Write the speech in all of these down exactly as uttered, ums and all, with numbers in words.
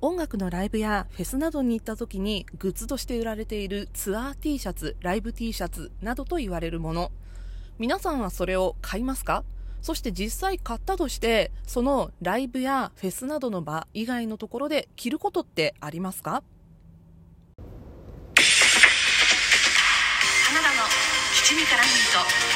音楽のライブやフェスなどに行った時にグッズとして売られているツアー T シャツ、ライブ T シャツなどと言われるもの、皆さんはそれを買いますか？そして実際買ったとして、そのライブやフェスなどの場以外のところで着ることってありますか？ カナダの七味からミート。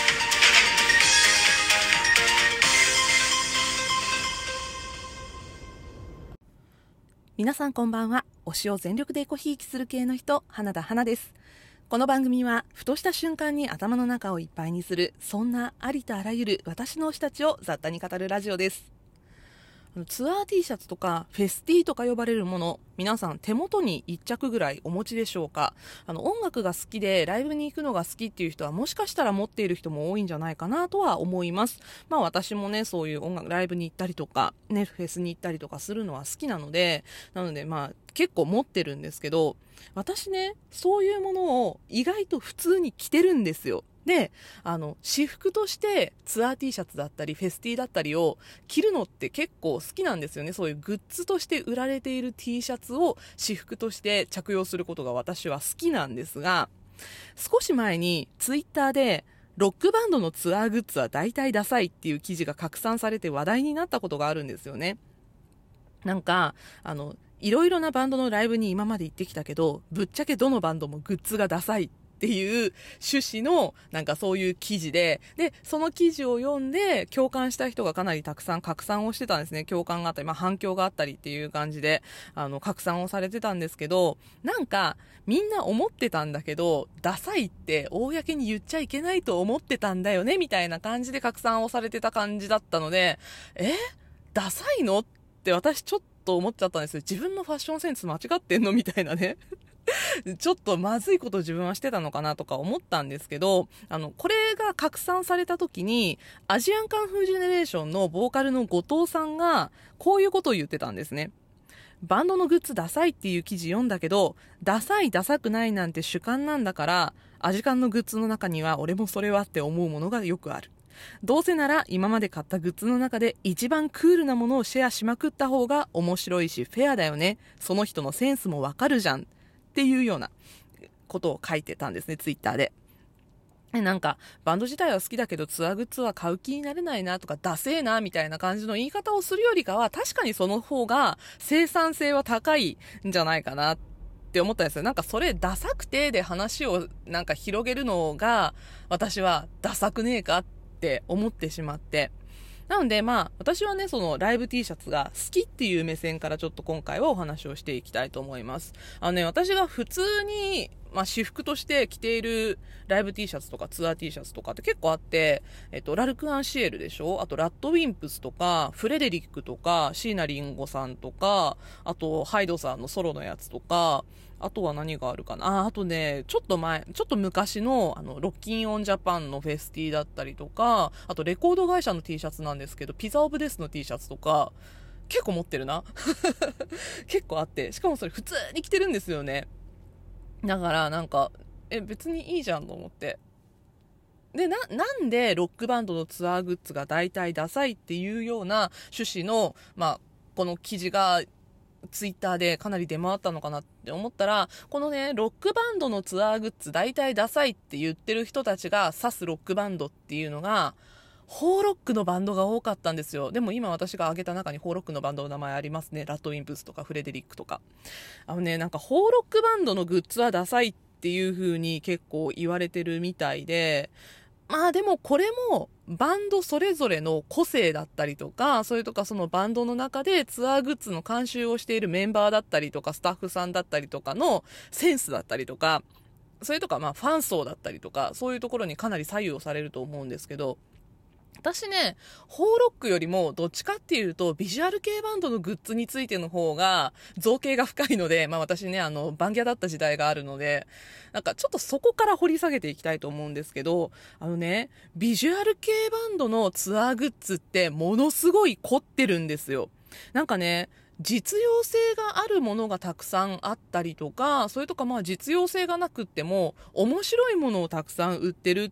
皆さんこんばんは。推しを全力でエコひいきする系の人、花田花です。この番組はふとした瞬間に頭の中をいっぱいにする、そんなありとあらゆる私の推したちを雑多に語るラジオです。ツアー T シャツとかフェス T とか呼ばれるもの、皆さん手元にいっ着ぐらいお持ちでしょうか？あの音楽が好きでライブに行くのが好きっていう人はもしかしたら持っている人も多いんじゃないかなとは思います。まあ私もね、そういう音楽ライブに行ったりとかね、フェスに行ったりとかするのは好きなので、なのでまあ結構持ってるんですけど、私ね、そういうものを意外と普通に着てるんですよ。で、あの私服としてツアー T シャツだったりフェス T だったりを着るのって結構好きなんですよね。そういうグッズとして売られている T シャツを私服として着用することが私は好きなんですが、少し前にツイッターでロックバンドのツアーグッズは大体ダサいっていう記事が拡散されて話題になったことがあるんですよね。なんかあのいろいろなバンドのライブに今まで行ってきたけど、ぶっちゃけどのバンドもグッズがダサいっていう趣旨のなんかそういう記事で、でその記事を読んで共感した人がかなりたくさん拡散をしてたんですね。共感があったり、まあ、反響があったりっていう感じであの拡散をされてたんですけど、なんかみんな思ってたんだけどダサいって公に言っちゃいけないと思ってたんだよねみたいな感じで拡散をされてた感じだったので、えダサいのって私ちょっと思っちゃったんですよ。自分のファッションセンス間違ってんのみたいなねちょっとまずいことを自分はしてたのかなとか思ったんですけど、あのこれが拡散された時にアジアンカンフージェネレーションのボーカルの後藤さんがこういうことを言ってたんですね。バンドのグッズダサいっていう記事読んだけど、ダサいダサくないなんて主観なんだから、アジカンのグッズの中には俺もそれはって思うものがよくある。どうせなら今まで買ったグッズの中で一番クールなものをシェアしまくった方が面白いしフェアだよね。その人のセンスもわかるじゃんっていうようなことを書いてたんですね、ツイッターで。なんかバンド自体は好きだけどツアーグッズは買う気になれないなとかダセーなみたいな感じの言い方をするよりかは、確かにその方が生産性は高いんじゃないかなって思ったんですよ。なんかそれダサくてで話をなんか広げるのが私はダサくねえかって思ってしまって、なのでまあ私はね、そのライブ T シャツが好きっていう目線からちょっと今回はお話をしていきたいと思います。あのね、私が普通にまあ、私服として着ているライブ T シャツとかツアー T シャツとかって結構あって、えっと、ラルク・アンシエルでしょ、あとラッドウィンプスとかフレデリックとか椎名林檎さんとか、あとハイドさんのソロのやつとか、あとは何があるかなあ、あとね、ちょっと前ちょっと昔のあのロッキンオンジャパンのフェス T だったりとか、あとレコード会社の T シャツなんですけどピザオブデスの T シャツとか結構持ってるな結構あって、しかもそれ普通に着てるんですよね。だからなんかえ別にいいじゃんと思って、で な, なんでロックバンドのツアーグッズが大体ダサいっていうような趣旨の、まあ、この記事がツイッターでかなり出回ったのかなって思ったら、このねロックバンドのツアーグッズ大体ダサいって言ってる人たちが指すロックバンドっていうのがホーロックのバンドが多かったんですよ。でも今私が挙げた中にホーロックのバンドの名前ありますね。ラッドウィンプスとかフレデリックとか。あのね、なんかホーロックバンドのグッズはダサいっていう風に結構言われてるみたいで、まあでもこれもバンドそれぞれの個性だったりとか、それとかそのバンドの中でツアーグッズの監修をしているメンバーだったりとかスタッフさんだったりとかのセンスだったりとか、それとかまあファン層だったりとか、そういうところにかなり左右をされると思うんですけど、私ね、ホーロックよりもどっちかっていうとビジュアル系バンドのグッズについての方が造形が深いので、まあ私ね、あのバンギャだった時代があるので、なんかちょっとそこから掘り下げていきたいと思うんですけど、あのね、ビジュアル系バンドのツアーグッズってものすごい凝ってるんですよ。なんかね、実用性があるものがたくさんあったりとか、それとかまあ実用性がなくっても面白いものをたくさん売ってるっ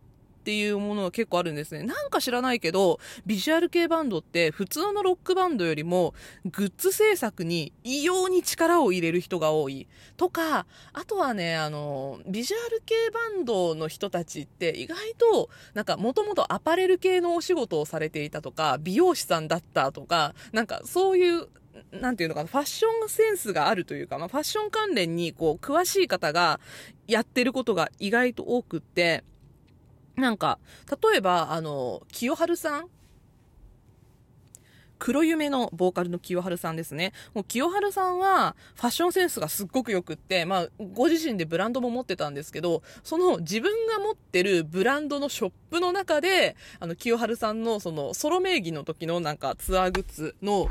っていうものが結構あるんですね。なんか知らないけど、ビジュアル系バンドって普通のロックバンドよりもグッズ制作に異様に力を入れる人が多い。とか、あとはね、あの、ビジュアル系バンドの人たちって意外と、なんかもともとアパレル系のお仕事をされていたとか、美容師さんだったとか、なんかそういう、なんていうのかな、ファッションセンスがあるというか、まあ、ファッション関連にこう詳しい方がやってることが意外と多くって、なんか例えばあの清春さん、黒夢のボーカルの清春さんですね。もう清春さんはファッションセンスがすっごくよくって、まあご自身でブランドも持ってたんですけど、その自分が持ってるブランドのショップの中で、あの清春さんのそのソロ名義の時のなんかツアーグッズの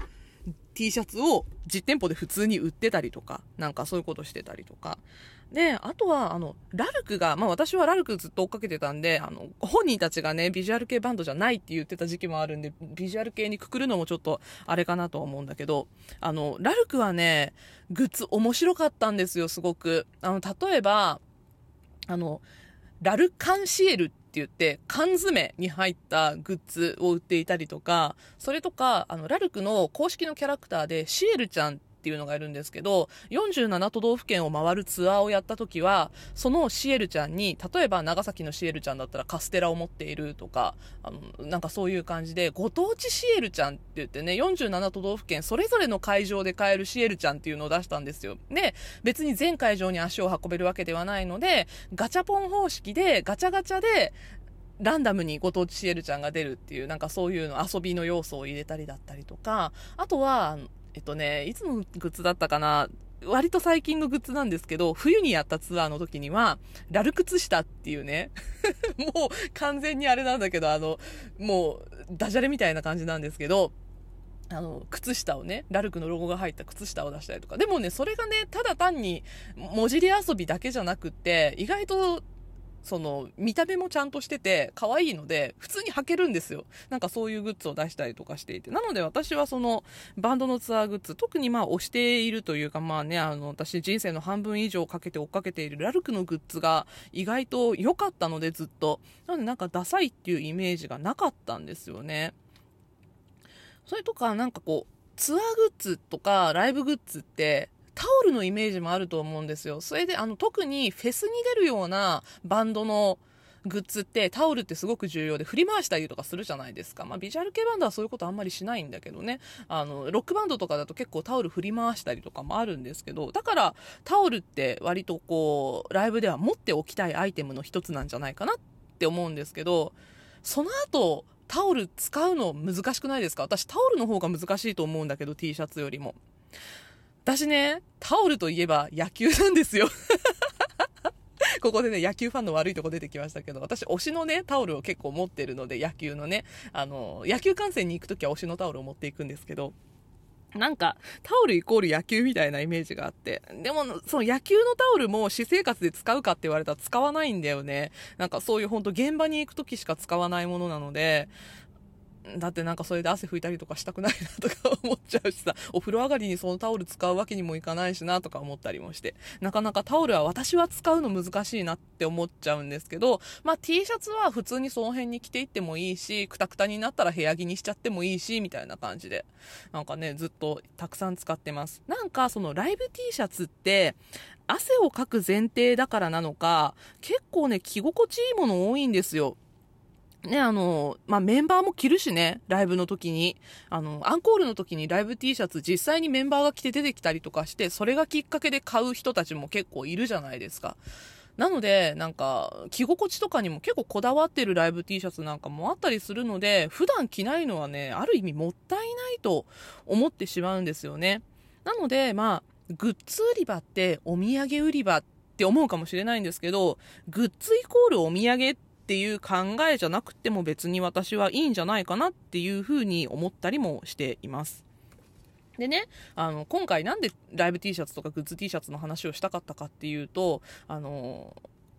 T シャツを実店舗で普通に売ってたりとか、なんかそういうことしてたりとか。で、あとは、あの、ラルクが、まあ私はラルクずっと追っかけてたんで、あの、本人たちがね、ビジュアル系バンドじゃないって言ってた時期もあるんで、ビジュアル系にくくるのもちょっとあれかなと思うんだけど、あの、ラルクはね、グッズ面白かったんですよ、すごく。あの、例えば、あの、ラルカンシエルって言って缶詰に入ったグッズを売っていたりとか、それとかあのラルクの公式のキャラクターでシエルちゃんっていうのがいるんですけど、よんじゅうなな都道府県を回るツアーをやった時は、そのシエルちゃんに、例えば長崎のシエルちゃんだったらカステラを持っているとか、あのなんかそういう感じでご当地シエルちゃんって言ってね、よんじゅうなな都道府県それぞれの会場で買えるシエルちゃんっていうのを出したんですよ。で、別に全会場に足を運べるわけではないので、ガチャポン方式でガチャガチャでランダムにご当地シエルちゃんが出るっていう、なんかそういうの遊びの要素を入れたりだったりとか、あとはえっとね、いつのグッズだったかな、割と最近のグッズなんですけど、冬にやったツアーの時にはラル靴下っていうねもう完全にあれなんだけど、あのもうダジャレみたいな感じなんですけど、あの靴下をね、ラルクのロゴが入った靴下を出したりとか。でもね、それがね、ただ単に文字り遊びだけじゃなくって、意外とその見た目もちゃんとしてて可愛いので普通に履けるんですよ。なんかそういうグッズを出したりとかしていて、なので私はそのバンドのツアーグッズ、特にまあ推しているというか、まあね、あの私人生の半分以上かけて追っかけているラルクのグッズが意外と良かったので、ずっとなのでなんかダサいっていうイメージがなかったんですよね。それとかなんかこうツアーグッズとかライブグッズってタオルのイメージもあると思うんですよ。それであの特にフェスに出るようなバンドのグッズってタオルってすごく重要で、振り回したりとかするじゃないですか。まあビジュアル系バンドはそういうことあんまりしないんだけどね、あのロックバンドとかだと結構タオル振り回したりとかもあるんですけど、だからタオルって割とこうライブでは持っておきたいアイテムの一つなんじゃないかなって思うんですけど、その後タオル使うの難しくないですか？私タオルの方が難しいと思うんだけど、 T シャツよりも。私ね、タオルといえば野球なんですよここでね、野球ファンの悪いとこ出てきましたけど、私推しのねタオルを結構持ってるので、野球のね、あの野球観戦に行くときは推しのタオルを持っていくんですけど、なんかタオルイコール野球みたいなイメージがあって、でもその野球のタオルも私生活で使うかって言われたら使わないんだよね。なんかそういう本当現場に行くときしか使わないものなので、だってなんかそれで汗拭いたりとかしたくないなとか思っちゃうしさ、お風呂上がりにそのタオル使うわけにもいかないしなとか思ったりもして、なかなかタオルは私は使うの難しいなって思っちゃうんですけど、まあ T シャツは普通にその辺に着ていってもいいし、クタクタになったら部屋着にしちゃってもいいしみたいな感じで、なんかねずっとたくさん使ってます。なんかそのライブ T シャツって汗をかく前提だからなのか、結構ね着心地いいもの多いんですよね。あの、まあ、メンバーも着るしね、ライブの時に。あの、アンコールの時にライブ T シャツ実際にメンバーが着て出てきたりとかして、それがきっかけで買う人たちも結構いるじゃないですか。なので、なんか、着心地とかにも結構こだわってるライブ T シャツなんかもあったりするので、普段着ないのはね、ある意味もったいないと思ってしまうんですよね。なので、まあ、グッズ売り場ってお土産売り場って思うかもしれないんですけど、グッズイコールお土産ってっていう考えじゃなくても別に私はいいんじゃないかなっていうふうに思ったりもしています。でね、あの今回なんでライブ T シャツとかグッズ T シャツの話をしたかったかっていうと、あの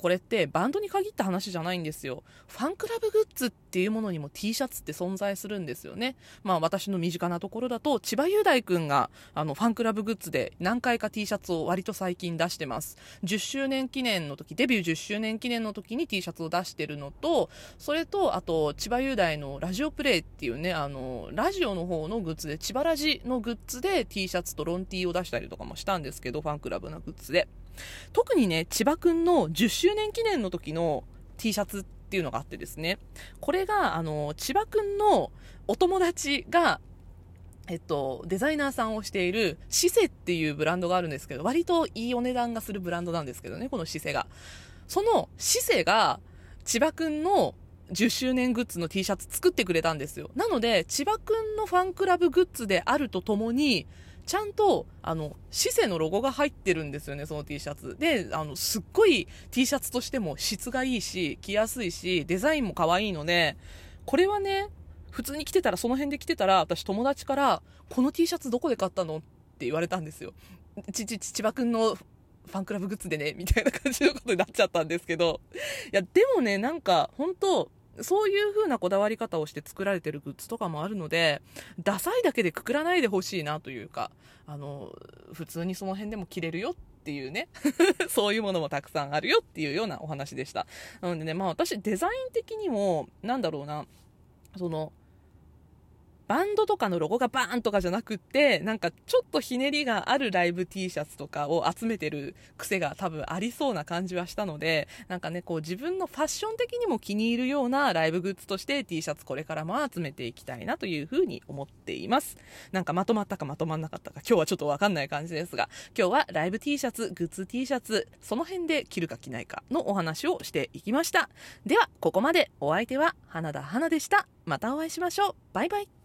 これってバンドに限った話じゃないんですよ。ファンクラブグッズっていうものにも T シャツって存在するんですよね。まあ私の身近なところだと千葉雄大くんがあのファンクラブグッズで何回か T シャツを割と最近出してます。じゅっしゅうねん記念の時、デビューじゅっしゅうねん記念の時に T シャツを出してるのと、それとあと千葉雄大のラジオプレイっていうね、あのラジオの方のグッズで、千葉ラジのグッズで T シャツとロン T を出したりとかもしたんですけど、ファンクラブのグッズで特にね、千葉くんのじゅっしゅうねん記念の時の T シャツっていうのがあってですね、これがあの千葉くんのお友達がえっと、デザイナーさんをしているシセっていうブランドがあるんですけど、割といいお値段がするブランドなんですけどね、このシセが。そのシセが千葉くんのじゅっしゅうねんグッズの T シャツ作ってくれたんですよ。なので千葉くんのファンクラブグッズであるとともに、ちゃんとあのシセのロゴが入ってるんですよね、その T シャツで。あのすっごい T シャツとしても質がいいし、着やすいし、デザインも可愛いので、これはね、普通に着てたら、その辺で着てたら、私友達からこの T シャツどこで買ったのって言われたんですよ。ちち千葉くんのファンクラブグッズでねみたいな感じのことになっちゃったんですけど、いやでもね、なんか本当そういう風なこだわり方をして作られてるグッズとかもあるので、ダサいだけでくくらないでほしいなというか、あの普通にその辺でも着れるよっていうねそういうものもたくさんあるよっていうようなお話でした。なのでね、まあ私デザイン的にもなんだろうな、そのバンドとかのロゴがバーンとかじゃなくって、なんかちょっとひねりがあるライブ T シャツとかを集めてる癖が多分ありそうな感じはしたので、なんかね、こう自分のファッション的にも気に入るようなライブグッズとして T シャツこれからも集めていきたいなというふうに思っています。なんかまとまったかまとまんなかったか今日はちょっとわかんない感じですが、今日はライブ T シャツ、グッズ T シャツ、その辺で着るか着ないかのお話をしていきました。ではここまでお相手は花田花でした。またお会いしましょう。バイバイ。